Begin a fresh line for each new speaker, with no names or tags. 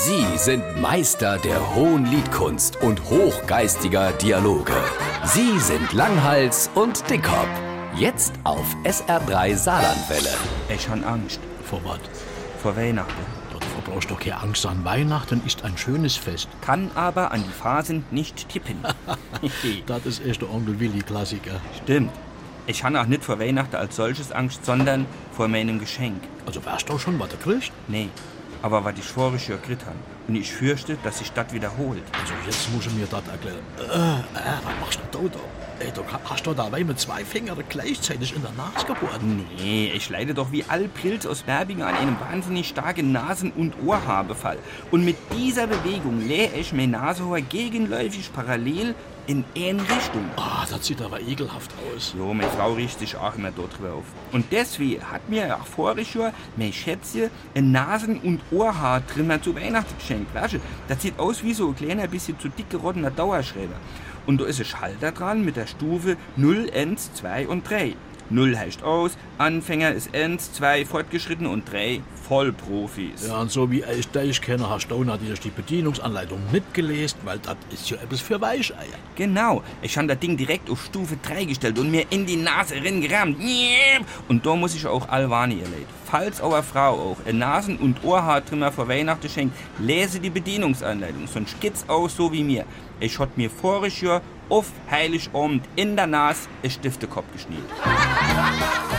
Sie sind Meister der hohen Liedkunst und hochgeistiger Dialoge. Sie sind Langhals und Dickhop. Jetzt auf SR3 Saarlandwelle.
Ich han Angst.
Vor was?
Vor Weihnachten.
Du brauchst doch keine Angst an. Weihnachten ist ein schönes Fest.
Kann aber an die Phasen nicht tippen.
Das ist echt der Onkel Willi-Klassiker.
Stimmt. Ich han auch nicht vor Weihnachten als solches Angst, sondern vor meinem Geschenk.
Also weißt du schon, was du kriegst?
Nee, aber was ich voriges Jahr gekriegt han. Und ich fürchte, dass sich das wiederholt.
Also jetzt muss ich mir das erklären. Was machst du da? Ey, du hast doch dabei mit 2 Fingern gleichzeitig in der Nase geboren.
Nee, ich leide doch wie all Pilz aus Werbing an einem wahnsinnig starken Nasen- und Ohrhaarbefall. Und mit dieser Bewegung lähe ich mein Nasenhaar gegenläufig parallel in eine Richtung.
Das sieht aber ekelhaft aus.
Jo, meine Frau riecht sich auch immer dort drüber auf. Und deswegen hat mir auch voriges Jahr mein Schätzchen ein Nasen- und Ohrhaartrimmer zu Weihnachten geschenkt. Weißt du, das sieht aus wie so ein kleiner, bisschen zu dick geroddener Dauerschreiber. Und da ist ein Schalter dran mit der Stufe 0, 1, 2 und 3. 0 heißt aus, Anfänger ist 1, 2 fortgeschritten und 3 Vollprofis.
Ja, und so wie ich dich kenne, hast du natürlich die Bedienungsanleitung nicht gelesen, weil das ist ja etwas für Weicheier.
Genau, ich habe das Ding direkt auf Stufe 3 gestellt und mir in die Nase reingerammt. Und da muss ich auch allwarnen, ihr Leid. Falls eure Frau auch ein Nasen- und Ohrhaartrimmer vor Weihnachten schenkt, lese die Bedienungsanleitung, sonst geht's aus so wie mir. Ich hab mir voriges Jahr auf Heiligabend in der Nase ein Stiftekopf geschnitten.